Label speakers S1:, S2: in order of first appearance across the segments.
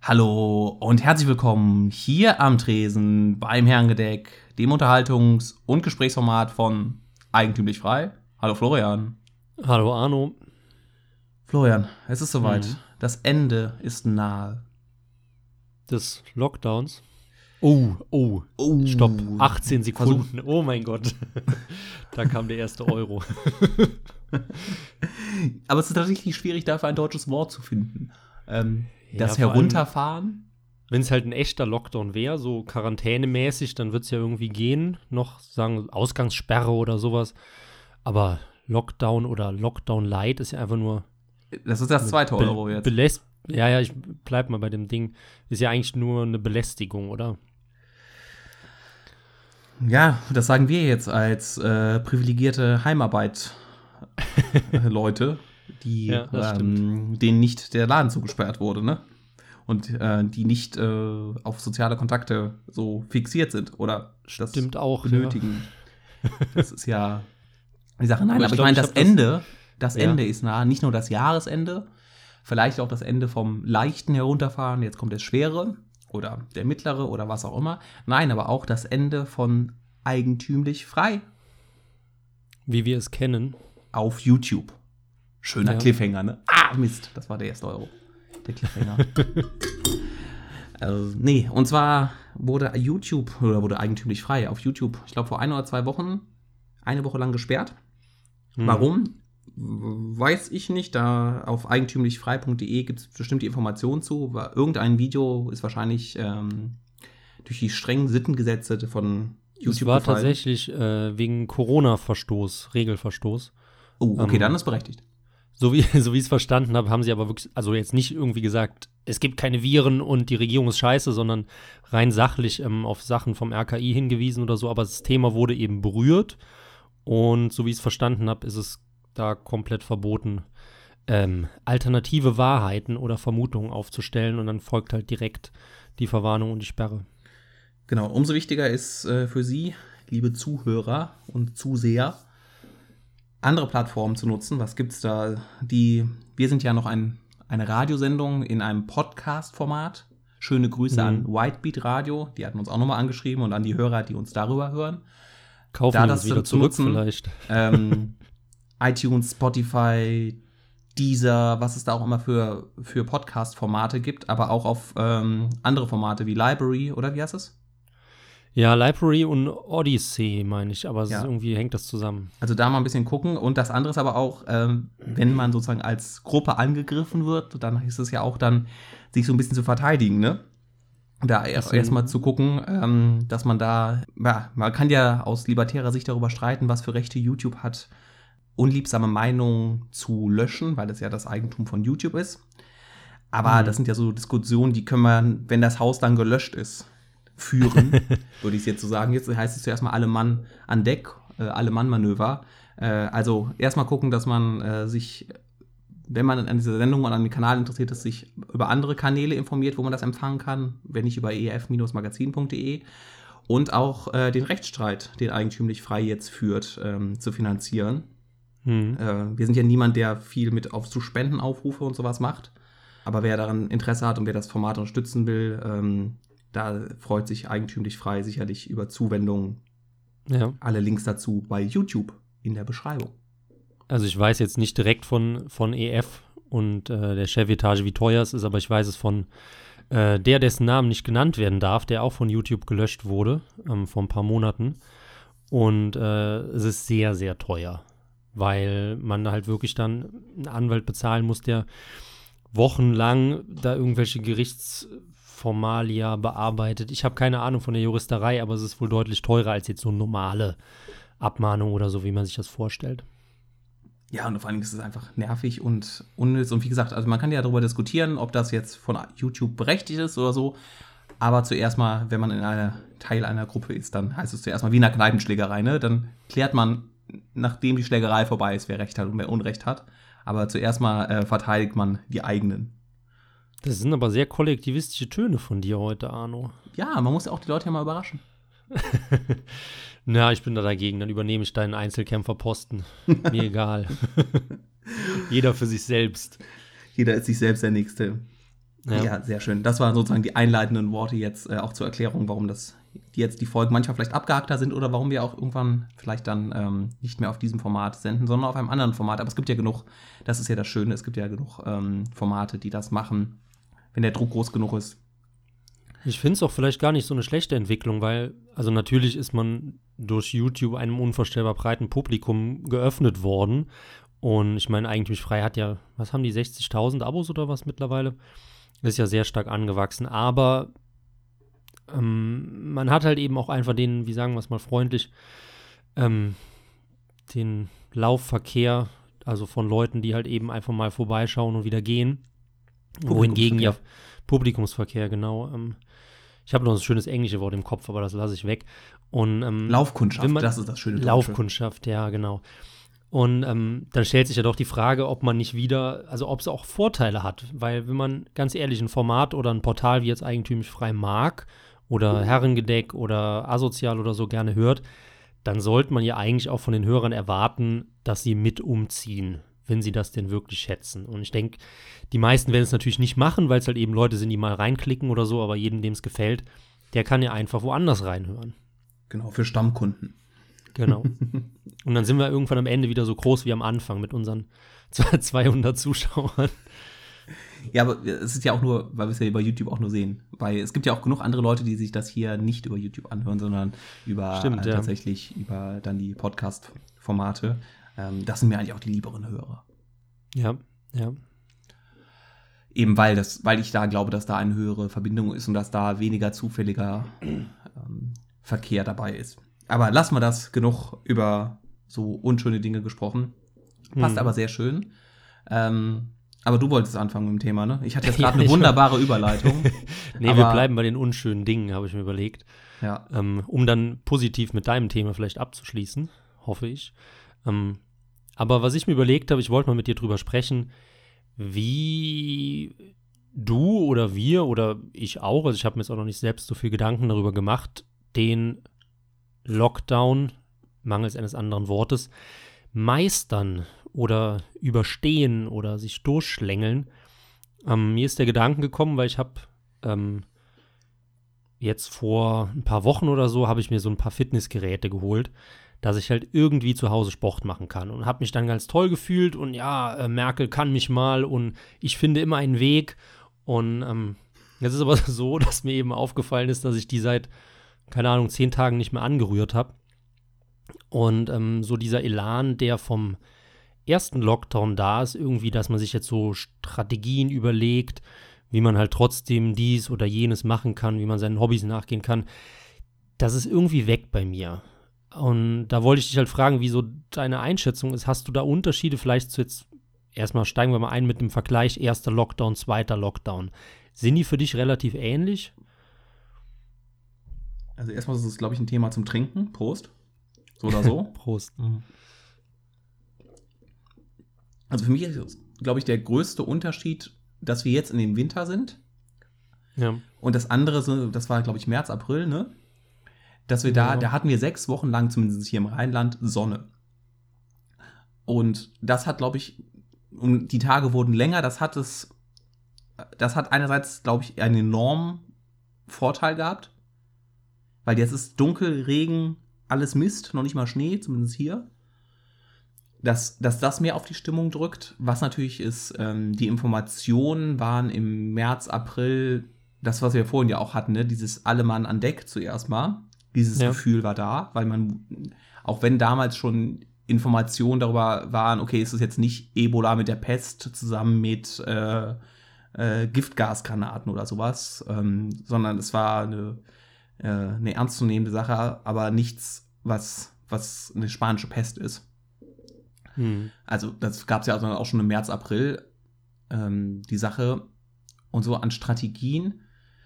S1: Hallo und herzlich willkommen hier am Tresen beim Herrengedeck, dem Unterhaltungs- und Gesprächsformat von Eigentümlich Frei. Hallo Florian.
S2: Hallo Arno.
S1: Florian, es ist soweit. Das Ende ist nahe.
S2: Des Lockdowns. Oh, stopp. 18 Sekunden. Oh mein Gott. Da kam der erste Euro.
S1: Aber es ist tatsächlich schwierig, dafür ein deutsches Wort zu finden. Das
S2: Ja,
S1: Herunterfahren.
S2: Wenn es halt ein echter Lockdown wäre, so quarantänemäßig, dann wird es ja irgendwie gehen. Noch sagen Ausgangssperre oder sowas. Aber Lockdown oder Lockdown Light ist ja einfach nur.
S1: Das ist das zweite Euro jetzt.
S2: Ich bleib mal bei dem Ding. Ist ja eigentlich nur eine Belästigung, oder?
S1: Ja, das sagen wir jetzt als privilegierte Heimarbeit-Leute, die denen nicht der Laden zugesperrt wurde, ne? Und die nicht auf soziale Kontakte so fixiert sind oder das
S2: Stimmt auch,
S1: benötigen. Ja. Das ist ja die Sache. Nein, aber ich meine, das Ende ist nah. Nicht nur das Jahresende, vielleicht auch das Ende vom leichten Herunterfahren. Jetzt kommt das Schwere oder der mittlere oder was auch immer. Nein, aber auch das Ende von Eigentümlich Frei.
S2: Wie wir es kennen.
S1: Auf YouTube. Schöner Cliffhanger, ne? Mist, das war der erste Euro. Der Cliffhanger. Nee, und zwar wurde Eigentümlich Frei auf YouTube, ich glaube vor 1 oder 2 Wochen, eine Woche lang gesperrt. Warum? Weiß ich nicht. Da auf eigentümlichfrei.de gibt es bestimmt die Informationen zu. Irgendein Video ist wahrscheinlich durch die strengen Sittengesetze von YouTube
S2: Es war
S1: gefallen.
S2: tatsächlich wegen Corona-Verstoß, Regelverstoß.
S1: Oh, okay, dann ist berechtigt.
S2: So wie ich es verstanden habe, haben sie aber wirklich, also jetzt nicht irgendwie gesagt, es gibt keine Viren und die Regierung ist scheiße, sondern rein sachlich auf Sachen vom RKI hingewiesen oder so. Aber das Thema wurde eben berührt und so wie ich es verstanden habe, ist es da komplett verboten, alternative Wahrheiten oder Vermutungen aufzustellen und dann folgt halt direkt die Verwarnung und die Sperre.
S1: Genau, umso wichtiger ist für Sie, liebe Zuhörer und Zuseher, andere Plattformen zu nutzen. Was gibt's da? Wir sind ja noch eine Radiosendung in einem Podcast-Format. Schöne Grüße an Whitebeat Radio, die hatten uns auch nochmal angeschrieben und an die Hörer, die uns darüber hören.
S2: Kaufen wir uns wieder zurück nutzen, vielleicht.
S1: iTunes, Spotify, Deezer, was es da auch immer für Podcast-Formate gibt, aber auch auf andere Formate wie Library oder wie heißt es?
S2: Ja, Library und Odyssey, meine ich, aber irgendwie hängt das zusammen.
S1: Also da mal ein bisschen gucken. Und das andere ist aber auch, wenn man sozusagen als Gruppe angegriffen wird, dann ist es ja auch dann, sich so ein bisschen zu verteidigen, ne? Da erstmal zu gucken, dass man da, man kann ja aus libertärer Sicht darüber streiten, was für Rechte YouTube hat, unliebsame Meinungen zu löschen, weil das ja das Eigentum von YouTube ist. Aber das sind ja so Diskussionen, die können wir, wenn das Haus dann gelöscht ist, führen, würde ich es jetzt so sagen. Jetzt heißt es zuerst mal alle Mann an Deck, Alle-Mann-Manöver. Also erstmal gucken, dass man sich, wenn man an dieser Sendung und an den Kanal interessiert ist, sich über andere Kanäle informiert, wo man das empfangen kann, wenn nicht über ef-magazin.de und auch den Rechtsstreit, den Eigentümlich Frei jetzt führt, zu finanzieren. Wir sind ja niemand, der viel mit zu Spendenaufrufe und sowas macht, aber wer daran Interesse hat und wer das Format unterstützen will, da freut sich Eigentümlich Frei sicherlich über Zuwendungen. Ja. Alle Links dazu bei YouTube in der Beschreibung.
S2: Also ich weiß jetzt nicht direkt von EF und der Chefetage, wie teuer es ist, aber ich weiß es von dessen Namen nicht genannt werden darf, der auch von YouTube gelöscht wurde vor ein paar Monaten. Und es ist sehr, sehr teuer, weil man halt wirklich dann einen Anwalt bezahlen muss, der wochenlang da irgendwelche Gerichtsformalia bearbeitet. Ich habe keine Ahnung von der Juristerei, aber es ist wohl deutlich teurer als jetzt so eine normale Abmahnung oder so, wie man sich das vorstellt.
S1: Ja, und vor allem ist es einfach nervig und unnütz. Und wie gesagt, also man kann ja darüber diskutieren, ob das jetzt von YouTube berechtigt ist oder so. Aber zuerst mal, wenn man in Teil einer Gruppe ist, dann heißt es zuerst mal wie in einer Kneipenschlägerei, ne? Dann klärt man, nachdem die Schlägerei vorbei ist, wer Recht hat und wer Unrecht hat. Aber zuerst mal verteidigt man die eigenen.
S2: Das sind aber sehr kollektivistische Töne von dir heute, Arno.
S1: Ja, man muss ja auch die Leute ja mal überraschen.
S2: Na, ich bin da dagegen. Dann übernehme ich deinen Einzelkämpferposten. Mir egal. Jeder für sich selbst.
S1: Jeder ist sich selbst der Nächste. Ja, sehr schön. Das waren sozusagen die einleitenden Worte jetzt auch zur Erklärung, warum die Folgen manchmal vielleicht abgehackter sind oder warum wir auch irgendwann vielleicht dann nicht mehr auf diesem Format senden, sondern auf einem anderen Format. Aber es gibt ja genug, das ist ja das Schöne, es gibt ja genug Formate, die das machen, wenn der Druck groß genug ist.
S2: Ich finde es auch vielleicht gar nicht so eine schlechte Entwicklung, weil, also natürlich ist man durch YouTube einem unvorstellbar breiten Publikum geöffnet worden. Und ich meine, Eigentümlich Frei hat ja, was haben die, 60.000 Abos oder was mittlerweile? Ist ja sehr stark angewachsen. Aber man hat halt eben auch einfach den, wie sagen wir es mal freundlich, den Laufverkehr, also von Leuten, die halt eben einfach mal vorbeischauen und wieder gehen. Wohingegen ja Publikumsverkehr, genau. Ich habe noch ein schönes englische Wort im Kopf, aber das lasse ich weg. Und,
S1: Laufkundschaft, das ist das schöne Deutsche.
S2: Laufkundschaft, ja, genau. Und dann stellt sich ja doch die Frage, ob man nicht wieder, also ob es auch Vorteile hat. Weil wenn man ganz ehrlich ein Format oder ein Portal wie jetzt Eigentümlich Frei mag oder Herrengedeck oder Asozial oder so gerne hört, dann sollte man ja eigentlich auch von den Hörern erwarten, dass sie mit umziehen, wenn sie das denn wirklich schätzen. Und ich denke, die meisten werden es natürlich nicht machen, weil es halt eben Leute sind, die mal reinklicken oder so, aber jedem, dem es gefällt, der kann ja einfach woanders reinhören.
S1: Genau, für Stammkunden.
S2: Genau. Und dann sind wir irgendwann am Ende wieder so groß wie am Anfang mit unseren 200 Zuschauern.
S1: Ja, aber es ist ja auch nur, weil wir es ja über YouTube auch nur sehen. Weil es gibt ja auch genug andere Leute, die sich das hier nicht über YouTube anhören, sondern über tatsächlich über dann die Podcast-Formate. Das sind mir eigentlich auch die lieberen Hörer.
S2: Ja, ja.
S1: Eben weil ich da glaube, dass da eine höhere Verbindung ist und dass da weniger zufälliger Verkehr dabei ist. Aber lassen wir das, genug über so unschöne Dinge gesprochen. Passt aber sehr schön. Aber du wolltest anfangen mit dem Thema, ne? Ich hatte jetzt gerade eine wunderbare Überleitung.
S2: Nee, wir bleiben bei den unschönen Dingen, habe ich mir überlegt.
S1: Ja.
S2: Um dann positiv mit deinem Thema vielleicht abzuschließen, hoffe ich. Aber was ich mir überlegt habe, ich wollte mal mit dir drüber sprechen, wie du oder wir oder ich auch, also ich habe mir jetzt auch noch nicht selbst so viel Gedanken darüber gemacht, den Lockdown, mangels eines anderen Wortes, meistern oder überstehen oder sich durchschlängeln. Mir ist der Gedanke gekommen, weil ich habe jetzt vor ein paar Wochen oder so, habe ich mir so ein paar Fitnessgeräte geholt, dass ich halt irgendwie zu Hause Sport machen kann und habe mich dann ganz toll gefühlt und ja, Merkel kann mich mal und ich finde immer einen Weg und jetzt ist aber so, dass mir eben aufgefallen ist, dass ich die seit, keine Ahnung, 10 Tagen nicht mehr angerührt habe und so dieser Elan, der vom ersten Lockdown da ist, irgendwie, dass man sich jetzt so Strategien überlegt, wie man halt trotzdem dies oder jenes machen kann, wie man seinen Hobbys nachgehen kann, das ist irgendwie weg bei mir. Und da wollte ich dich halt fragen, wie so deine Einschätzung ist. Hast du da Unterschiede? Vielleicht zu jetzt, erstmal steigen wir mal ein mit dem Vergleich erster Lockdown, zweiter Lockdown. Sind die für dich relativ ähnlich?
S1: Also erstmal ist es, glaube ich, ein Thema zum Trinken. Prost. So oder so.
S2: Prost.
S1: Also für mich ist, glaube ich, der größte Unterschied, dass wir jetzt in dem Winter sind.
S2: Ja.
S1: Und das andere, das war, glaube ich, März, April, ne? Dass wir da hatten wir 6 Wochen lang, zumindest hier im Rheinland, Sonne. Und das hat, glaube ich, die Tage wurden länger, das hat einerseits, glaube ich, einen enormen Vorteil gehabt. Weil jetzt ist dunkel, Regen, alles Mist, noch nicht mal Schnee, zumindest hier. Dass das mehr auf die Stimmung drückt. Was natürlich ist, die Informationen waren im März, April, das, was wir vorhin ja auch hatten, ne? Dieses alle Mann an Deck zuerst mal. Dieses Gefühl war da, weil man, auch wenn damals schon Informationen darüber waren, okay, ist es jetzt nicht Ebola mit der Pest zusammen mit Giftgasgranaten oder sowas, sondern es war eine ernstzunehmende Sache, aber nichts, was eine spanische Pest ist. Also das gab es ja auch schon im März, April, die Sache. Und so an Strategien.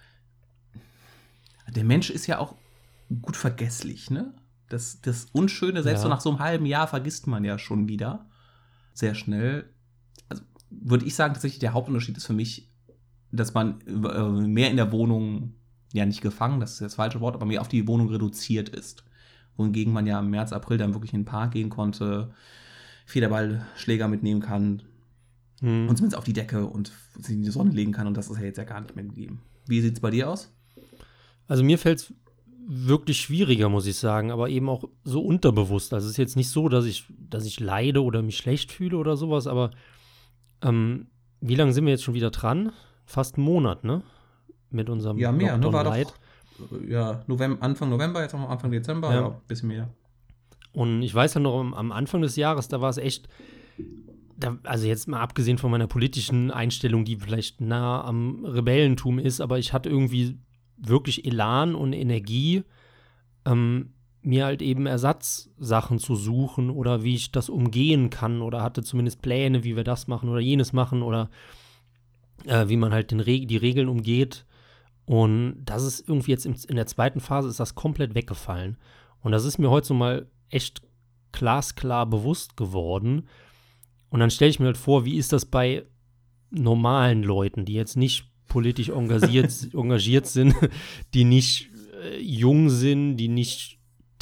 S1: Der Mensch ist ja auch gut vergesslich, ne? Das Unschöne, selbst so nach so einem halben Jahr, vergisst man ja schon wieder. Sehr schnell. Also würde ich sagen, tatsächlich der Hauptunterschied ist für mich, dass man mehr in der Wohnung, ja nicht gefangen, das ist das falsche Wort, aber mehr auf die Wohnung reduziert ist. Wohingegen man ja im März, April dann wirklich in den Park gehen konnte, Federballschläger mitnehmen kann, und zumindest auf die Decke und sich in die Sonne legen kann. Und das ist ja jetzt ja gar nicht mehr gegeben. Wie sieht es bei dir aus?
S2: Also mir fällt es wirklich schwieriger, muss ich sagen, aber eben auch so unterbewusst. Also es ist jetzt nicht so, dass ich leide oder mich schlecht fühle oder sowas, aber wie lange sind wir jetzt schon wieder dran? Fast einen Monat, ne? Mit unserem
S1: Ja, mehr, ne? War
S2: Lockdown-Light.
S1: doch Anfang November, jetzt haben wir Anfang Dezember, ja, ein bisschen mehr.
S2: Und ich weiß ja noch, am Anfang des Jahres, da war es echt, also jetzt mal abgesehen von meiner politischen Einstellung, die vielleicht nah am Rebellentum ist, aber ich hatte irgendwie wirklich Elan und Energie, mir halt eben Ersatzsachen zu suchen oder wie ich das umgehen kann oder hatte zumindest Pläne, wie wir das machen oder jenes machen oder wie man halt die Regeln umgeht. Und das ist irgendwie jetzt in der zweiten Phase ist das komplett weggefallen. Und das ist mir heute so mal echt glasklar bewusst geworden. Und dann stelle ich mir halt vor, wie ist das bei normalen Leuten, die jetzt nicht politisch engagiert sind, die nicht jung sind, die nicht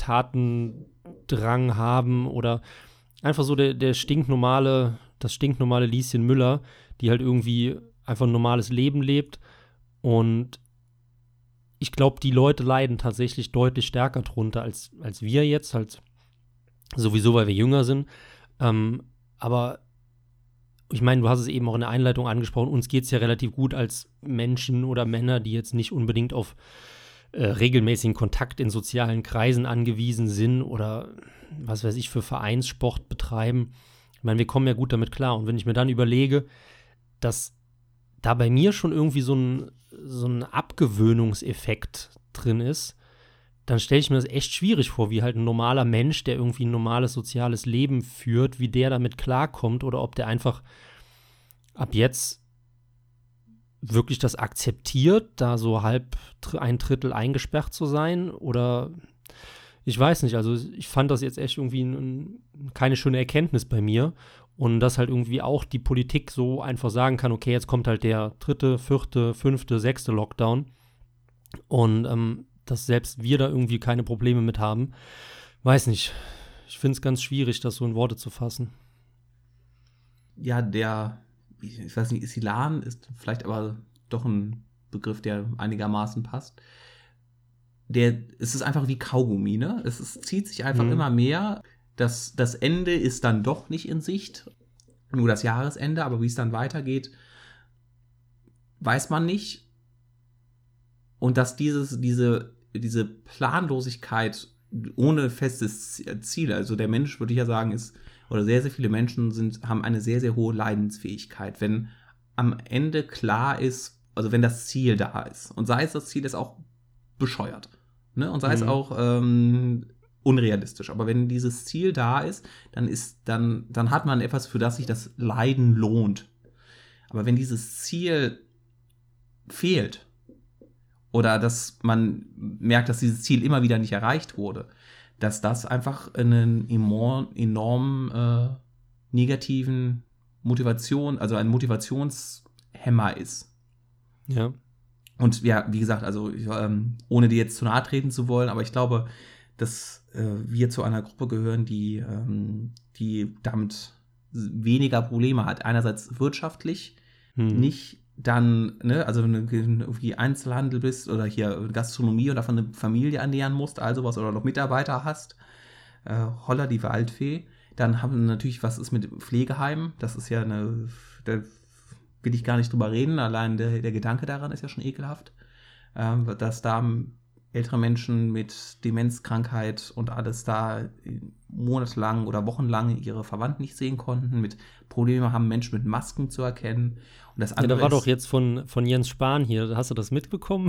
S2: Tatendrang haben oder einfach so das stinknormale Lieschen Müller, die halt irgendwie einfach ein normales Leben lebt. Und ich glaube, die Leute leiden tatsächlich deutlich stärker drunter als wir jetzt, halt sowieso, weil wir jünger sind. Aber ich meine, du hast es eben auch in der Einleitung angesprochen, uns geht es ja relativ gut als Menschen oder Männer, die jetzt nicht unbedingt auf regelmäßigen Kontakt in sozialen Kreisen angewiesen sind oder was weiß ich für Vereinssport betreiben. Ich meine, wir kommen ja gut damit klar. Und wenn ich mir dann überlege, dass da bei mir schon irgendwie so ein Abgewöhnungseffekt drin ist, dann stelle ich mir das echt schwierig vor, wie halt ein normaler Mensch, der irgendwie ein normales soziales Leben führt, wie der damit klarkommt oder ob der einfach ab jetzt wirklich das akzeptiert, da so ein Drittel eingesperrt zu sein oder ich weiß nicht, also ich fand das jetzt echt irgendwie keine schöne Erkenntnis bei mir und dass halt irgendwie auch die Politik so einfach sagen kann, okay, jetzt kommt halt der 3., 4., 5., 6. Lockdown und dass selbst wir da irgendwie keine Probleme mit haben. Weiß nicht, ich finde es ganz schwierig, das so in Worte zu fassen.
S1: Ja, ich weiß nicht, Isilan ist vielleicht aber doch ein Begriff, der einigermaßen passt. Es ist einfach wie Kaugummi, ne? Es zieht sich einfach immer mehr. Das Ende ist dann doch nicht in Sicht. Nur das Jahresende, aber wie es dann weitergeht, weiß man nicht. Und dass diese Planlosigkeit ohne festes Ziel, also der Mensch, würde ich ja sagen, oder sehr, sehr viele Menschen haben eine sehr, sehr hohe Leidensfähigkeit, wenn am Ende klar ist, also wenn das Ziel da ist. Und sei es, das Ziel ist auch bescheuert. Ne? Und sei es auch unrealistisch. Aber wenn dieses Ziel da ist, dann hat man etwas, für das sich das Leiden lohnt. Aber wenn dieses Ziel fehlt, oder dass man merkt, dass dieses Ziel immer wieder nicht erreicht wurde, dass das einfach einen enorm negativen Motivation, also ein Motivationshemmer ist.
S2: Ja.
S1: Und ja, wie gesagt, also ohne dir jetzt zu nahe treten zu wollen, aber ich glaube, dass wir zu einer Gruppe gehören, die damit weniger Probleme hat. Einerseits wirtschaftlich, nicht dann, ne, also wenn du irgendwie Einzelhandel bist oder hier Gastronomie oder von einer Familie ernähren musst, also was, oder noch Mitarbeiter hast, holla die Waldfee, dann haben natürlich, was ist mit Pflegeheimen, das ist ja da will ich gar nicht drüber reden, allein der Gedanke daran ist ja schon ekelhaft, dass da ältere Menschen mit Demenzkrankheit und alles da monatelang oder wochenlang ihre Verwandten nicht sehen konnten, mit Problemen haben, Menschen mit Masken zu erkennen. Und das andere
S2: da war doch jetzt von Jens Spahn hier, hast du das mitbekommen?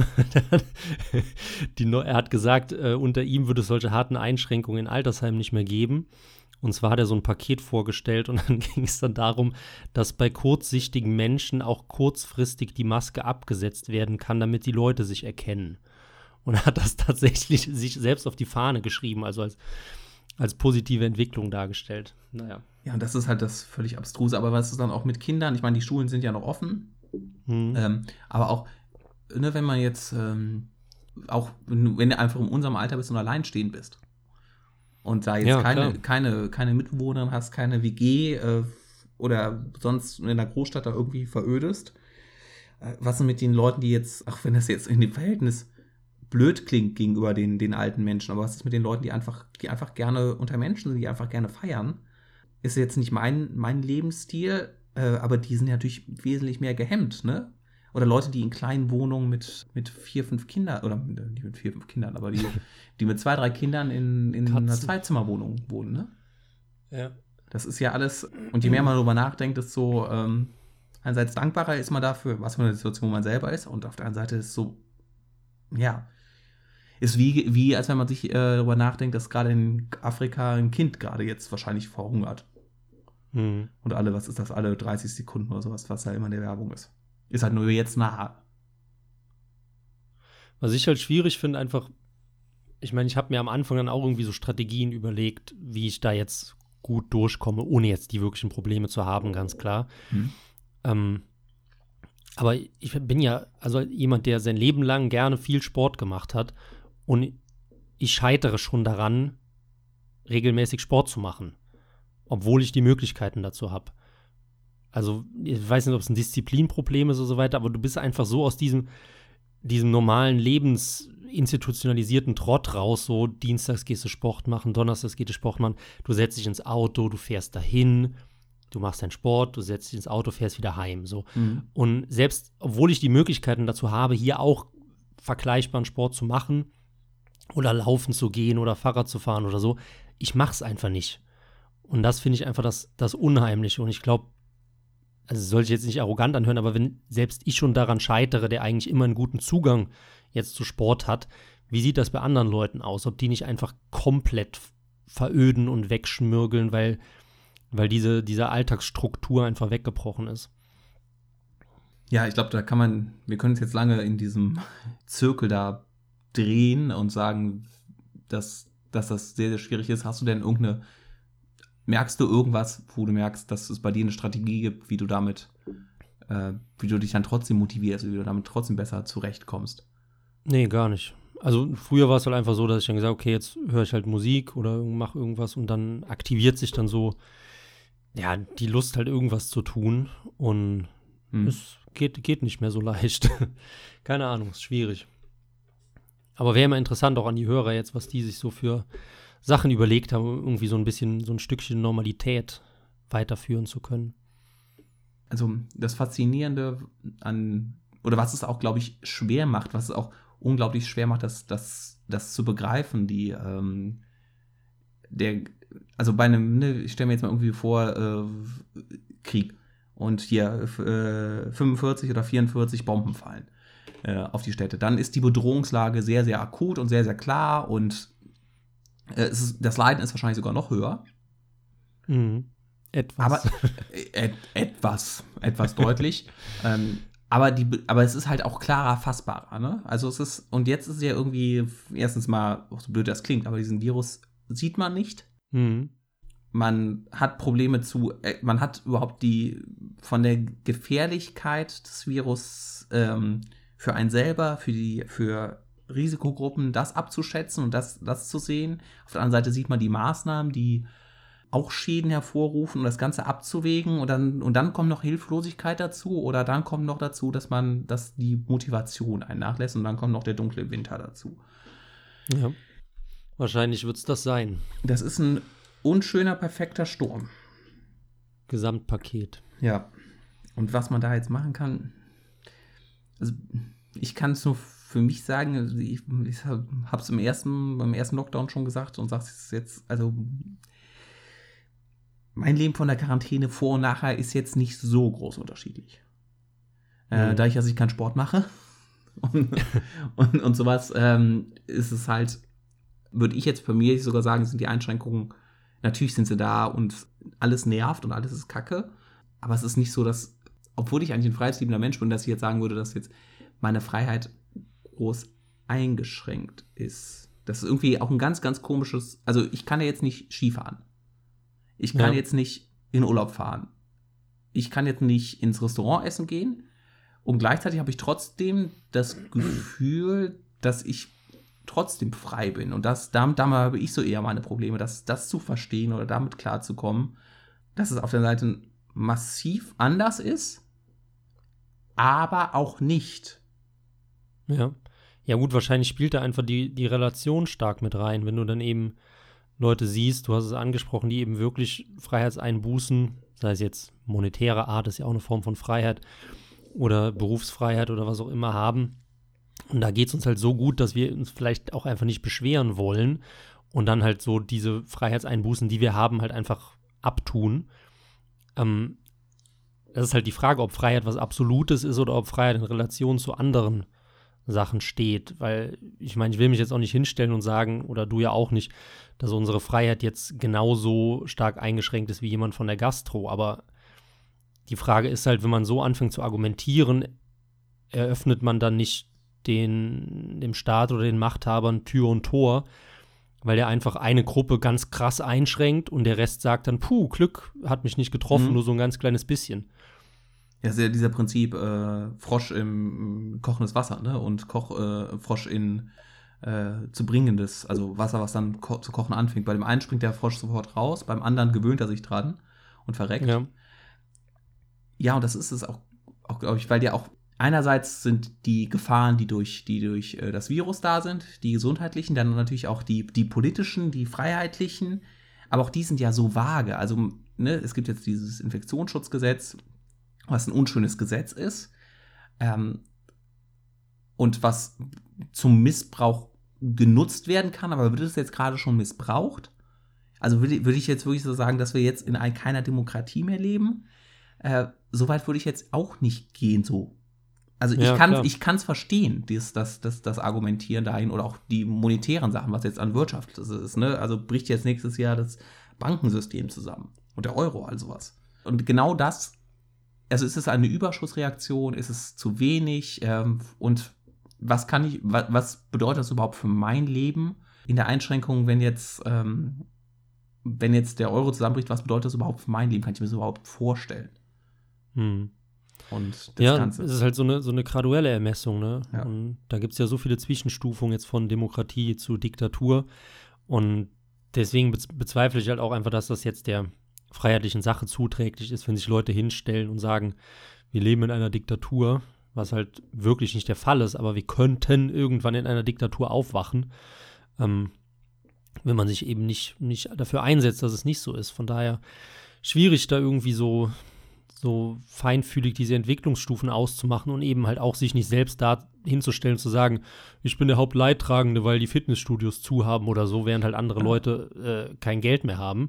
S2: Er hat gesagt, unter ihm würde es solche harten Einschränkungen in Altersheimen nicht mehr geben. Und zwar hat er so ein Paket vorgestellt und dann ging es dann darum, dass bei kurzsichtigen Menschen auch kurzfristig die Maske abgesetzt werden kann, damit die Leute sich erkennen. Und er hat das tatsächlich sich selbst auf die Fahne geschrieben, also als positive Entwicklung dargestellt. Naja.
S1: Ja, und das ist halt das völlig Abstruse. Aber was ist dann auch mit Kindern? Ich meine, die Schulen sind ja noch offen. Aber auch, ne, wenn man jetzt, auch wenn du einfach in unserem Alter bist und alleinstehend bist und da jetzt keine Mitbewohnerin hast, keine WG, oder sonst in der Großstadt da irgendwie verödest. Was ist mit den Leuten, die jetzt, auch wenn das jetzt in dem Verhältnis blöd klingt gegenüber den alten Menschen, aber was ist mit den Leuten, die einfach gerne unter Menschen sind, die einfach gerne feiern? Ist jetzt nicht mein Lebensstil, aber die sind natürlich wesentlich mehr gehemmt, ne? Oder Leute, die in kleinen Wohnungen mit 4, 5 Kindern, oder nicht mit 4, 5 Kindern, aber die mit 2, 3 Kindern in einer Zweizimmerwohnung wohnen, ne?
S2: Ja.
S1: Das ist ja alles, und je mehr man darüber nachdenkt, desto einerseits dankbarer ist man dafür, was für eine Situation man selber ist, und auf der anderen Seite ist so, ja, ist wie als wenn man sich darüber nachdenkt, dass gerade in Afrika ein Kind gerade jetzt wahrscheinlich verhungert.
S2: Mhm.
S1: Und was ist das, alle 30 Sekunden oder sowas, was da immer in der Werbung ist. Ist halt nur jetzt nah.
S2: Was ich halt schwierig finde, einfach, ich meine, ich habe mir am Anfang dann auch irgendwie so Strategien überlegt, wie ich da jetzt gut durchkomme, ohne jetzt die wirklichen Probleme zu haben, ganz klar. Aber ich bin ja also jemand, der sein Leben lang gerne viel Sport gemacht hat, und ich scheitere schon daran, regelmäßig Sport zu machen, obwohl ich die Möglichkeiten dazu habe. Also ich weiß nicht, ob es ein Disziplinproblem ist oder so weiter, aber du bist einfach so aus diesem normalen lebensinstitutionalisierten Trott raus, so dienstags gehst du Sport machen, donnerstags gehst du Sport machen, du setzt dich ins Auto, du fährst dahin, du machst deinen Sport, du setzt dich ins Auto, fährst wieder heim, so. Und selbst, obwohl ich die Möglichkeiten dazu habe, hier auch vergleichbaren Sport zu machen oder laufen zu gehen oder Fahrrad zu fahren oder so, ich mach's einfach nicht. Und das finde ich einfach das Unheimliche. Und ich glaube, also das soll ich jetzt nicht arrogant anhören, aber wenn selbst ich schon daran scheitere, der eigentlich immer einen guten Zugang jetzt zu Sport hat, wie sieht das bei anderen Leuten aus? Ob die nicht einfach komplett veröden und wegschmürgeln, weil diese Alltagsstruktur einfach weggebrochen ist.
S1: Ja, ich glaube, wir können uns jetzt lange in diesem Zirkel da drehen und sagen, dass das sehr, sehr schwierig ist. Merkst du irgendwas, wo du merkst, dass es bei dir eine Strategie gibt, wie du dich dann trotzdem motivierst, wie du damit trotzdem besser zurechtkommst?
S2: Nee, gar nicht. Also früher war es halt einfach so, dass ich dann gesagt habe, okay, jetzt höre ich halt Musik oder mache irgendwas, und dann aktiviert sich dann so, ja, die Lust halt irgendwas zu tun, und es geht nicht mehr so leicht. Keine Ahnung, ist schwierig. Aber wäre immer interessant auch an die Hörer jetzt, was die sich so für Sachen überlegt haben, um irgendwie so ein Stückchen Normalität weiterführen zu können.
S1: Also das Faszinierende oder was es auch, glaube ich, schwer macht, was es auch unglaublich schwer macht, das zu begreifen, also bei einem, ne, ich stelle mir jetzt mal irgendwie vor, Krieg, und hier 45 oder 44 Bomben fallen auf die Städte. Dann ist die Bedrohungslage sehr, sehr akut und sehr, sehr klar, und das Leiden ist wahrscheinlich sogar noch höher.
S2: Etwas.
S1: Aber etwas deutlich. Aber es ist halt auch klarer fassbarer, ne? Also und jetzt ist es ja irgendwie, erstens mal, auch so blöd das klingt, aber diesen Virus sieht man nicht. Man hat Probleme man hat überhaupt von der Gefährlichkeit des Virus für einen selber, für Risikogruppen, das abzuschätzen und das zu sehen. Auf der anderen Seite sieht man die Maßnahmen, die auch Schäden hervorrufen, um das Ganze abzuwägen, und dann kommt noch Hilflosigkeit dazu, oder dann kommt noch dazu, dass die Motivation einen nachlässt, und dann kommt noch der dunkle Winter dazu.
S2: Ja, wahrscheinlich wird es das sein.
S1: Das ist ein unschöner, perfekter Sturm.
S2: Gesamtpaket.
S1: Ja. Und was man da jetzt machen kann, also ich kann es nur für mich sagen, also ich habe es beim ersten Lockdown schon gesagt und sage es jetzt, also mein Leben von der Quarantäne vor und nachher ist jetzt nicht so groß unterschiedlich. Dadurch, dass ich keinen Sport mache und sowas, ist es halt, würde ich jetzt bei mir sogar sagen, sind die Einschränkungen, natürlich sind sie da und alles nervt und alles ist kacke, aber es ist nicht so, dass, obwohl ich eigentlich ein freiheitsliebender Mensch bin, dass ich jetzt sagen würde, dass jetzt meine Freiheit groß eingeschränkt ist. Das ist irgendwie auch ein ganz, ganz komisches, also ich kann ja jetzt nicht Skifahren. Ich kann jetzt nicht in Urlaub fahren. Ich kann jetzt nicht ins Restaurant essen gehen. Und gleichzeitig habe ich trotzdem das Gefühl, dass ich trotzdem frei bin. Und damit habe ich so eher meine Probleme, das zu verstehen oder damit klarzukommen, dass es auf der Seite massiv anders ist, aber auch nicht.
S2: Ja. Ja gut, wahrscheinlich spielt da einfach die Relation stark mit rein, wenn du dann eben Leute siehst, du hast es angesprochen, die eben wirklich Freiheitseinbußen, sei es jetzt monetäre Art, ist ja auch eine Form von Freiheit, oder Berufsfreiheit oder was auch immer haben. Und da geht es uns halt so gut, dass wir uns vielleicht auch einfach nicht beschweren wollen und dann halt so diese Freiheitseinbußen, die wir haben, halt einfach abtun. Das ist halt die Frage, ob Freiheit was Absolutes ist oder ob Freiheit in Relation zu anderen Sachen steht. Weil, ich meine, ich will mich jetzt auch nicht hinstellen und sagen, oder du ja auch nicht, dass unsere Freiheit jetzt genauso stark eingeschränkt ist wie jemand von der Gastro. Aber die Frage ist halt, wenn man so anfängt zu argumentieren, eröffnet man dann nicht dem Staat oder den Machthabern Tür und Tor, weil der einfach eine Gruppe ganz krass einschränkt und der Rest sagt dann, puh, Glück hat mich nicht getroffen, nur so ein ganz kleines bisschen.
S1: Ja, ist ja dieser Prinzip Frosch im kochendes Wasser, ne? Und Frosch in zu bringendes, also Wasser, was dann zu kochen anfängt. Bei dem einen springt der Frosch sofort raus, beim anderen gewöhnt er sich dran und verreckt. Ja, und das ist es auch glaube ich, weil ja auch einerseits sind die Gefahren, die durch das Virus da sind, die gesundheitlichen, dann natürlich auch die politischen, die freiheitlichen, aber auch die sind ja so vage. Also, ne, es gibt jetzt dieses Infektionsschutzgesetz, was ein unschönes Gesetz ist, und was zum Missbrauch genutzt werden kann, aber wird es jetzt gerade schon missbraucht? Also würde ich jetzt wirklich so sagen, dass wir jetzt in keiner Demokratie mehr leben? Soweit würde ich jetzt auch nicht gehen so. Also ich kann es verstehen, das Argumentieren dahin oder auch die monetären Sachen, was jetzt an Wirtschaft ist. Ne? Also bricht jetzt nächstes Jahr das Bankensystem zusammen und der Euro, also was. Und genau das, also ist es eine Überschussreaktion, ist es zu wenig und was bedeutet das überhaupt für mein Leben in der Einschränkung, wenn jetzt der Euro zusammenbricht, was bedeutet das überhaupt für mein Leben? Kann ich mir das überhaupt vorstellen? Und das Ganze.
S2: Es ist halt so eine graduelle Ermessung, ne? Ja. Und da gibt es ja so viele Zwischenstufungen jetzt von Demokratie zu Diktatur. Und deswegen bezweifle ich halt auch einfach, dass das jetzt der freiheitlichen Sache zuträglich ist, wenn sich Leute hinstellen und sagen, wir leben in einer Diktatur, was halt wirklich nicht der Fall ist, aber wir könnten irgendwann in einer Diktatur aufwachen, wenn man sich eben nicht dafür einsetzt, dass es nicht so ist. Von daher schwierig, da irgendwie so feinfühlig diese Entwicklungsstufen auszumachen und eben halt auch sich nicht selbst da hinzustellen, zu sagen, ich bin der Hauptleidtragende, weil die Fitnessstudios zu haben oder so, während halt andere Leute kein Geld mehr haben.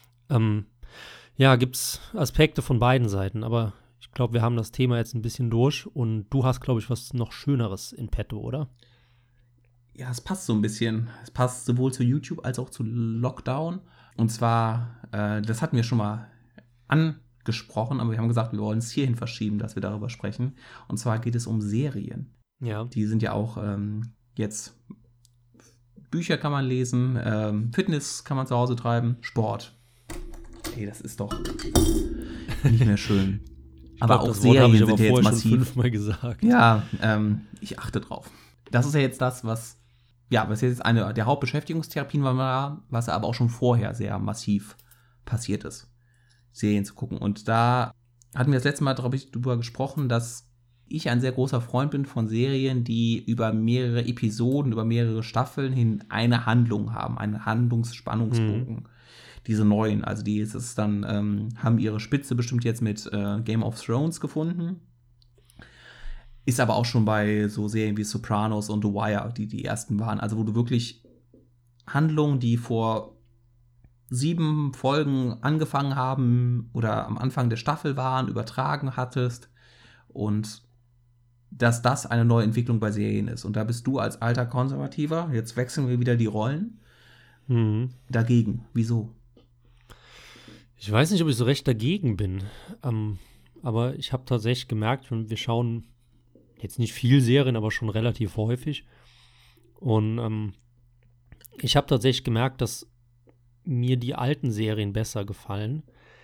S2: Gibt's Aspekte von beiden Seiten, aber ich glaube, wir haben das Thema jetzt ein bisschen durch und du hast, glaube ich, was noch Schöneres in petto, oder?
S1: Ja, es passt so ein bisschen. Es passt sowohl zu YouTube als auch zu Lockdown. Und zwar, das hatten wir schon mal angesprochen, aber wir haben gesagt, wir wollen es hierhin verschieben, dass wir darüber sprechen. Und zwar geht es um Serien.
S2: Ja.
S1: Die sind ja auch jetzt, Bücher kann man lesen, Fitness kann man zu Hause treiben, Sport. Ey, das ist doch nicht mehr schön. Aber auch Serien sind ja jetzt massiv.
S2: Schon 5-mal gesagt.
S1: Ja, ich achte drauf. Das ist ja jetzt das, was jetzt eine der Hauptbeschäftigungstherapien war, was aber auch schon vorher sehr massiv passiert ist, Serien zu gucken. Und da hatten wir das letzte Mal drüber gesprochen, dass ich ein sehr großer Freund bin von Serien, die über mehrere Episoden, über mehrere Staffeln hin eine Handlung haben, einen Handlungsspannungsbogen. Diese neuen, also die ist es dann, haben ihre Spitze bestimmt jetzt mit Game of Thrones gefunden. Ist aber auch schon bei so Serien wie Sopranos und The Wire, die ersten waren. Also wo du wirklich Handlungen, die vor 7 Folgen angefangen haben oder am Anfang der Staffel waren, übertragen hattest. Und dass das eine neue Entwicklung bei Serien ist. Und da bist du als alter Konservativer, jetzt wechseln wir wieder die Rollen, dagegen. Wieso?
S2: Ich weiß nicht, ob ich so recht dagegen bin. Aber ich habe tatsächlich gemerkt, wir schauen jetzt nicht viel Serien, aber schon relativ häufig. Und ich habe tatsächlich gemerkt, dass mir die alten Serien besser gefallen,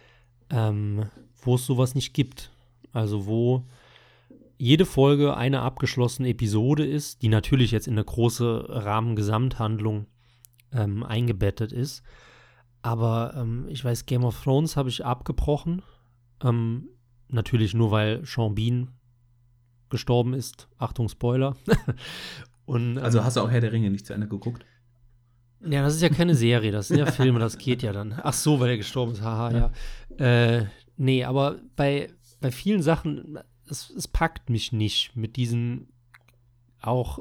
S2: wo es sowas nicht gibt. Also wo jede Folge eine abgeschlossene Episode ist, die natürlich jetzt in eine große Rahmengesamthandlung eingebettet ist. Aber ich weiß, Game of Thrones habe ich abgebrochen, Natürlich nur, weil Sean Bean gestorben ist. Achtung, Spoiler. Und,
S1: also hast du auch Herr der Ringe nicht zu Ende geguckt?
S2: Ja, das ist ja keine Serie, das sind ja Filme, das geht ja dann. Ach so, weil er gestorben ist, haha, ja. Nee, aber bei vielen Sachen, es packt mich nicht mit diesen auch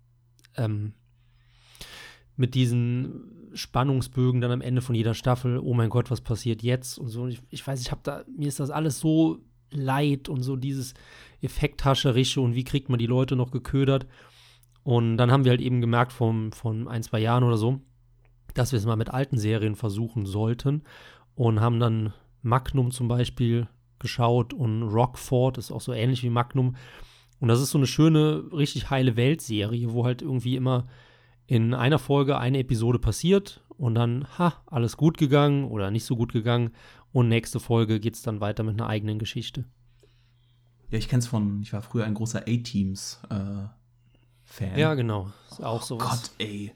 S2: mit diesen Spannungsbögen dann am Ende von jeder Staffel, oh mein Gott, was passiert jetzt und so. Ich weiß, mir ist das alles so leid und so dieses Effekthascherische und wie kriegt man die Leute noch geködert. Und dann haben wir halt eben gemerkt von 1-2 Jahren oder so, dass wir es mal mit alten Serien versuchen sollten und haben dann Magnum zum Beispiel geschaut und Rockford ist auch so ähnlich wie Magnum. Und das ist so eine schöne, richtig heile Welt-Serie, wo halt irgendwie immer in einer Folge eine Episode passiert und dann, alles gut gegangen oder nicht so gut gegangen und nächste Folge geht es dann weiter mit einer eigenen Geschichte.
S1: Ja, ich war früher ein großer A-Teams-Fan.
S2: Ja, genau. Ist auch sowas.
S1: Gott, ey.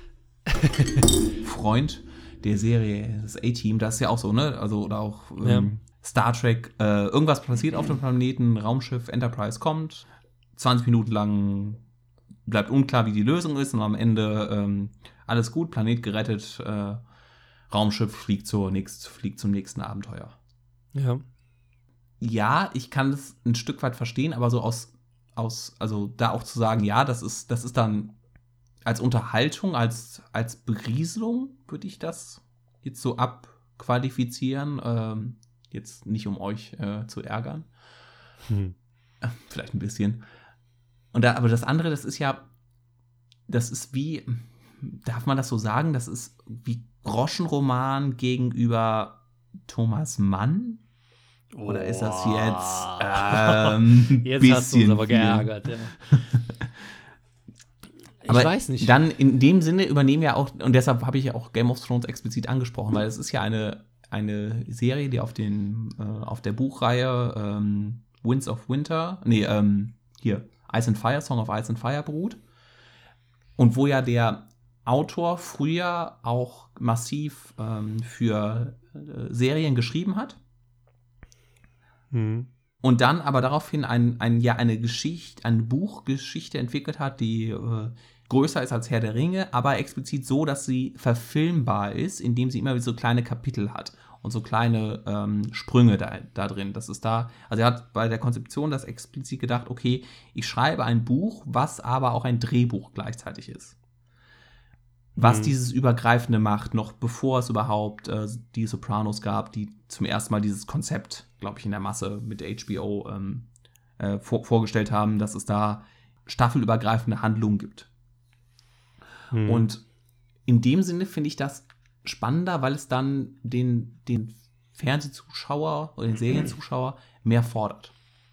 S1: Freund der Serie, das A-Team, das ist ja auch so, ne? Also, oder auch Star Trek, irgendwas passiert auf dem Planeten, Raumschiff Enterprise kommt, 20 Minuten lang bleibt unklar, wie die Lösung ist und am Ende alles gut, Planet gerettet, Raumschiff fliegt zum nächsten Abenteuer.
S2: Ja.
S1: Ja, ich kann das ein Stück weit verstehen, aber so also da auch zu sagen, ja, das ist dann als Unterhaltung, als Berieselung würde ich das jetzt so abqualifizieren. Jetzt nicht, um euch zu ärgern. Vielleicht ein bisschen. Aber das andere, das ist wie, darf man das so sagen, das ist wie Groschenroman gegenüber Thomas Mann? Oder ist das jetzt
S2: jetzt
S1: bisschen
S2: hast du uns aber
S1: viel?
S2: geärgert, ja. Ich
S1: aber
S2: weiß nicht.
S1: Dann in dem Sinne übernehmen ja auch, und deshalb habe ich ja auch Game of Thrones explizit angesprochen, weil es ist ja eine Serie, die auf der Buchreihe Winds of Winter, Ice and Fire, Song of Ice and Fire beruht. Und wo ja der Autor früher auch massiv für Serien geschrieben hat. Und dann aber daraufhin eine Buchgeschichte entwickelt hat, die größer ist als Herr der Ringe, aber explizit so, dass sie verfilmbar ist, indem sie immer wieder so kleine Kapitel hat und so kleine Sprünge da drin. Das ist also er hat bei der Konzeption das explizit gedacht, okay, ich schreibe ein Buch, was aber auch ein Drehbuch gleichzeitig ist. Was dieses Übergreifende macht, noch bevor es überhaupt die Sopranos gab, die zum ersten Mal dieses Konzept, glaube ich, in der Masse mit HBO vorgestellt haben, dass es da staffelübergreifende Handlungen gibt. Und in dem Sinne finde ich das spannender, weil es dann den Fernsehzuschauer oder den Serienzuschauer mehr fordert.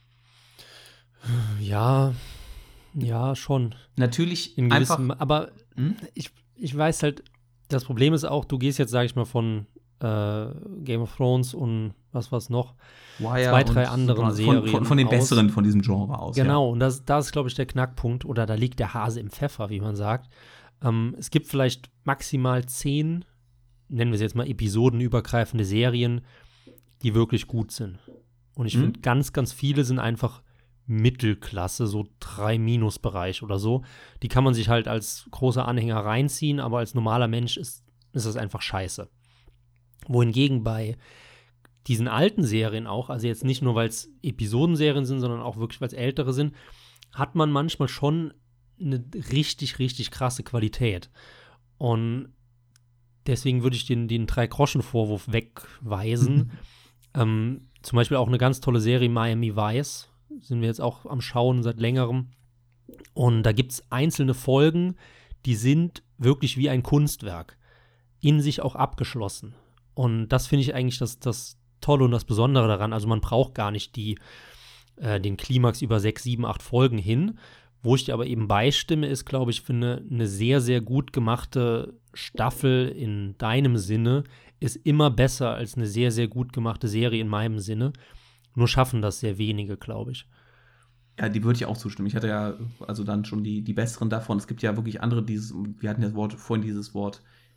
S2: Ja, schon.
S1: Natürlich
S2: in gewissem, aber ich weiß halt, das Problem ist auch, du gehst jetzt, sage ich mal, von Game of Thrones und was war's noch?
S1: Wire
S2: 2, 3 anderen Serien
S1: von den besseren von diesem Genre aus.
S2: Genau, und das ist, glaube ich, der Knackpunkt, oder da liegt der Hase im Pfeffer, wie man sagt. Es gibt vielleicht maximal 10, nennen wir es jetzt mal episodenübergreifende Serien, die wirklich gut sind. Und ich finde, ganz, ganz viele sind einfach Mittelklasse, so 3-Bereich oder so. Die kann man sich halt als großer Anhänger reinziehen, aber als normaler Mensch ist das einfach scheiße. Wohingegen bei diesen alten Serien auch, also jetzt nicht nur, weil es Episodenserien sind, sondern auch wirklich, weil es ältere sind, hat man manchmal schon eine richtig, richtig krasse Qualität. Und deswegen würde ich den 3-Groschen-Vorwurf wegweisen. Zum Beispiel auch eine ganz tolle Serie, Miami Vice, sind wir jetzt auch am Schauen seit längerem. Und da gibt es einzelne Folgen, die sind wirklich wie ein Kunstwerk, in sich auch abgeschlossen. Und das finde ich eigentlich das Tolle und das Besondere daran. Also man braucht gar nicht den Klimax über 6, 7, 8 Folgen hin. Wo ich dir aber eben beistimme, ist, glaube ich, finde eine sehr, sehr gut gemachte Staffel in deinem Sinne ist immer besser als eine sehr, sehr gut gemachte Serie in meinem Sinne. Nur schaffen das sehr wenige, glaube ich.
S1: Ja, die würde ich auch zustimmen. Ich hatte ja also dann schon die besseren davon. Es gibt ja wirklich andere, wir hatten ja vorhin dieses Wort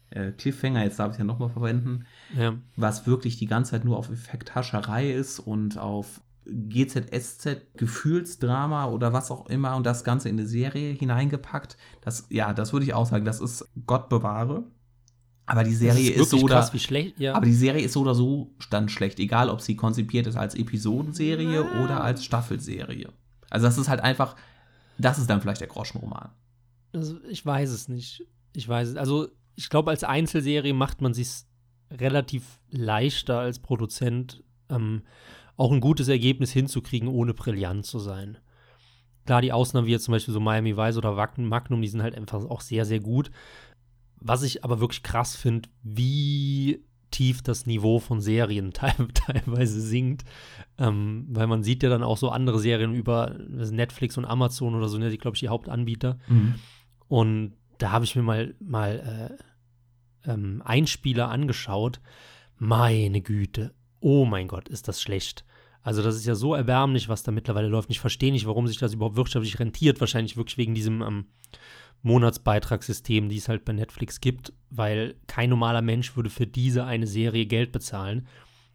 S1: Cliffhanger, jetzt darf ich es ja nochmal verwenden, was wirklich die ganze Zeit nur auf Effekthascherei ist und auf GZSZ, Gefühlsdrama oder was auch immer und das Ganze in eine Serie hineingepackt. Das würde ich auch sagen, das ist Gott bewahre. Aber die Serie ist so
S2: krass, wie schlecht, ja.
S1: Aber die Serie ist so oder so dann schlecht, egal ob sie konzipiert ist als Episodenserie oder als Staffelserie. Also das ist halt einfach, das ist dann vielleicht der Groschenroman.
S2: Also ich weiß es nicht. Also ich glaube, als Einzelserie macht man sich relativ leichter als Produzent, auch ein gutes Ergebnis hinzukriegen, ohne brillant zu sein. Klar, die Ausnahmen wie jetzt zum Beispiel so Miami Vice oder Magnum, die sind halt einfach auch sehr, sehr gut. Was ich aber wirklich krass finde, wie tief das Niveau von Serien teilweise sinkt. Weil man sieht ja dann auch so andere Serien über Netflix und Amazon oder so, ne, die, glaube ich, die Hauptanbieter.
S1: Mhm.
S2: Und da habe ich mir mal Einspieler angeschaut. Meine Güte, oh mein Gott, ist das schlecht. Also das ist ja so erbärmlich, was da mittlerweile läuft. Ich verstehe nicht, warum sich das überhaupt wirtschaftlich rentiert. Wahrscheinlich wirklich wegen diesem Monatsbeitragssystem, die es halt bei Netflix gibt, weil kein normaler Mensch würde für diese eine Serie Geld bezahlen.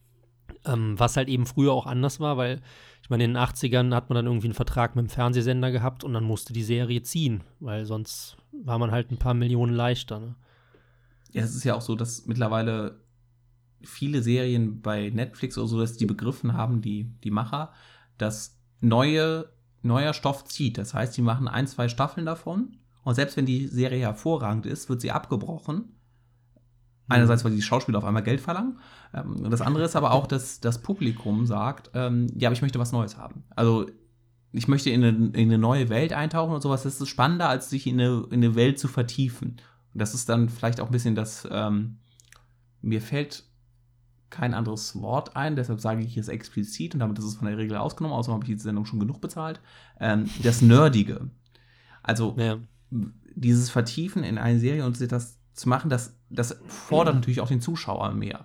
S2: Was halt eben früher auch anders war, weil ich meine, in den 80ern hat man dann irgendwie einen Vertrag mit dem Fernsehsender gehabt und dann musste die Serie ziehen, weil sonst war man halt ein paar Millionen leichter. Ne?
S1: Ja, es ist ja auch so, dass mittlerweile viele Serien bei Netflix oder so, dass die begriffen haben, die Macher, dass neuer Stoff zieht. Das heißt, die machen 1-2 Staffeln davon und selbst wenn die Serie hervorragend ist, wird sie abgebrochen. Einerseits, weil die Schauspieler auf einmal Geld verlangen. Das andere ist aber auch, dass das Publikum sagt, aber ich möchte was Neues haben. Also ich möchte in eine neue Welt eintauchen und sowas. Das ist spannender, als sich in eine Welt zu vertiefen. Und das ist dann vielleicht auch ein bisschen das, mir fällt kein anderes Wort ein, deshalb sage ich es explizit und damit ist es von der Regel ausgenommen, außerdem habe ich die Sendung schon genug bezahlt. Das Nerdige. Also dieses Vertiefen in eine Serie und das zu machen, das fordert natürlich auch den Zuschauer mehr.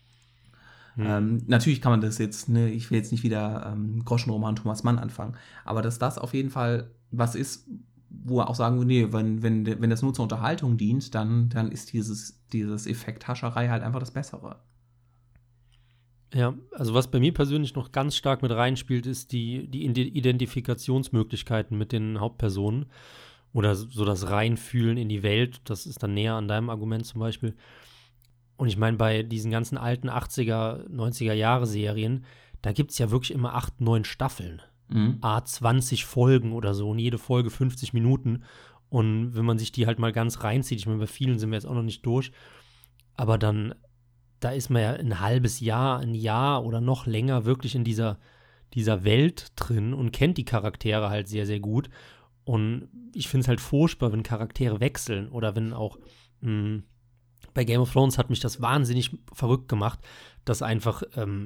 S1: Natürlich kann man das jetzt, ne, ich will jetzt nicht wieder Groschenroman Thomas Mann anfangen, aber dass das auf jeden Fall was ist, wo er auch sagen würde, nee, wenn das nur zur Unterhaltung dient, dann ist dieses Effekthascherei halt einfach das Bessere.
S2: Ja, also was bei mir persönlich noch ganz stark mit reinspielt, ist die Identifikationsmöglichkeiten mit den Hauptpersonen oder so das Reinfühlen in die Welt. Das ist dann näher an deinem Argument zum Beispiel. Und ich meine, bei diesen ganzen alten 80er, 90er Jahre Serien, da gibt es ja wirklich immer 8, 9 Staffeln. 20 Folgen oder so und jede Folge 50 Minuten. Und wenn man sich die halt mal ganz reinzieht, ich meine, bei vielen sind wir jetzt auch noch nicht durch, aber dann da ist man ja ein halbes Jahr, ein Jahr oder noch länger wirklich in dieser Welt drin und kennt die Charaktere halt sehr, sehr gut. Und ich finde es halt furchtbar, wenn Charaktere wechseln oder wenn auch bei Game of Thrones hat mich das wahnsinnig verrückt gemacht, dass einfach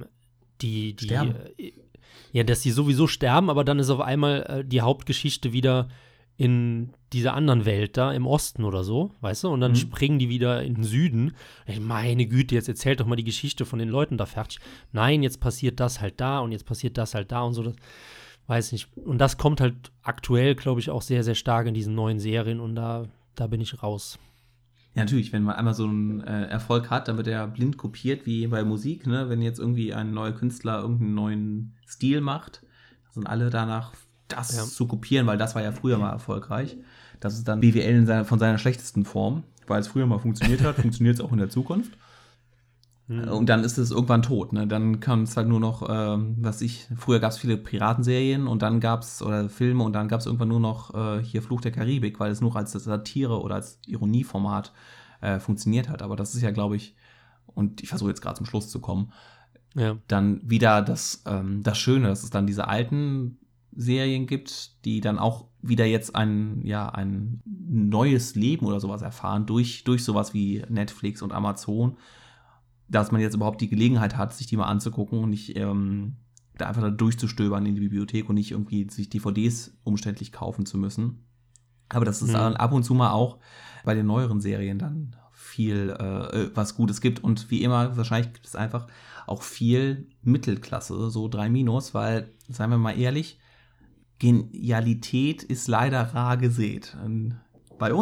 S2: dass die sowieso sterben, aber dann ist auf einmal die Hauptgeschichte wieder in dieser anderen Welt da im Osten oder so, weißt du? Und dann springen die wieder in den Süden. Meine Güte, jetzt erzählt doch mal die Geschichte von den Leuten da fertig. Nein, jetzt passiert das halt da und jetzt passiert das halt da und so. Das weiß nicht. Und das kommt halt aktuell, glaube ich, auch sehr, sehr stark in diesen neuen Serien und da bin ich raus.
S1: Ja, natürlich, wenn man einmal so einen Erfolg hat, dann wird er blind kopiert, wie bei Musik, ne? Wenn jetzt irgendwie ein neuer Künstler irgendeinen neuen Stil macht, sind alle danach das zu kopieren, weil das war ja früher mal erfolgreich. Das ist dann BWL von seiner schlechtesten Form, weil es früher mal funktioniert hat, funktioniert es auch in der Zukunft. Und dann ist es irgendwann tot. Ne? Dann kann es halt nur noch, früher gab es viele Piratenserien und dann gab es, oder Filme und dann gab es irgendwann nur noch hier Fluch der Karibik, weil es nur als Satire oder als Ironieformat funktioniert hat. Aber das ist ja, glaube ich, und ich versuche jetzt gerade zum Schluss zu kommen, dann wieder das Schöne, dass es dann diese alten Serien gibt, die dann auch wieder jetzt ein neues Leben oder sowas erfahren durch sowas wie Netflix und Amazon, dass man jetzt überhaupt die Gelegenheit hat, sich die mal anzugucken und nicht da einfach da durchzustöbern in die Bibliothek und nicht irgendwie sich DVDs umständlich kaufen zu müssen. Aber das ist dann ab und zu mal auch bei den neueren Serien dann viel was Gutes gibt und wie immer, wahrscheinlich gibt es einfach auch viel Mittelklasse, so 3-, weil, seien wir mal ehrlich, Genialität ist leider rar gesät. Bei uns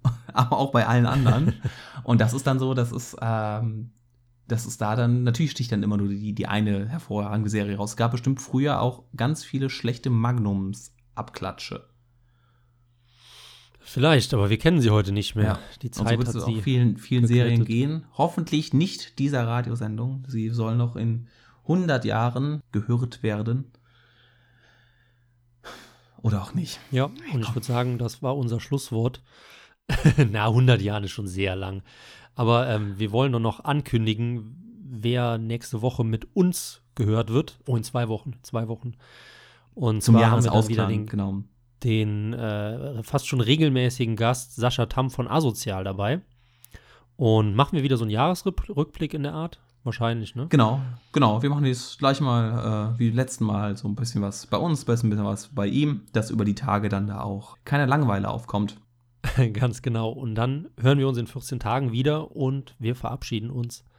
S1: aber auch bei allen anderen. Und das ist dann so, das ist da dann, natürlich sticht dann immer nur die eine hervorragende Serie raus. Es gab bestimmt früher auch ganz viele schlechte Magnums-Abklatsche.
S2: Vielleicht, aber wir kennen sie heute nicht mehr.
S1: Ja.
S2: Die
S1: Und so
S2: Zeit
S1: wird
S2: hat
S1: es
S2: sie
S1: auch vielen
S2: geglättet.
S1: Serien gehen. Hoffentlich nicht dieser Radiosendung. Sie soll noch in 100 Jahren gehört werden. Oder auch nicht.
S2: Ja, und ich würde sagen, das war unser Schlusswort. 100 Jahren ist schon sehr lang. Aber wir wollen nur noch ankündigen, wer nächste Woche mit uns gehört wird. Oh, in 2 Wochen. 2 Wochen. Und
S1: Zum
S2: zwar haben wir dann
S1: Jahresausklang,
S2: wieder
S1: genau.
S2: den fast schon regelmäßigen Gast Sascha Tamm von Asozial dabei. Und machen wir wieder so einen Jahresrückblick in der Art? Wahrscheinlich, ne?
S1: Genau. Wir machen jetzt gleich mal wie letzten Mal so ein bisschen was bei uns, ein bisschen was bei ihm, dass über die Tage dann da auch keine Langeweile aufkommt.
S2: Ganz genau. Und dann hören wir uns in 14 Tagen wieder und wir verabschieden uns.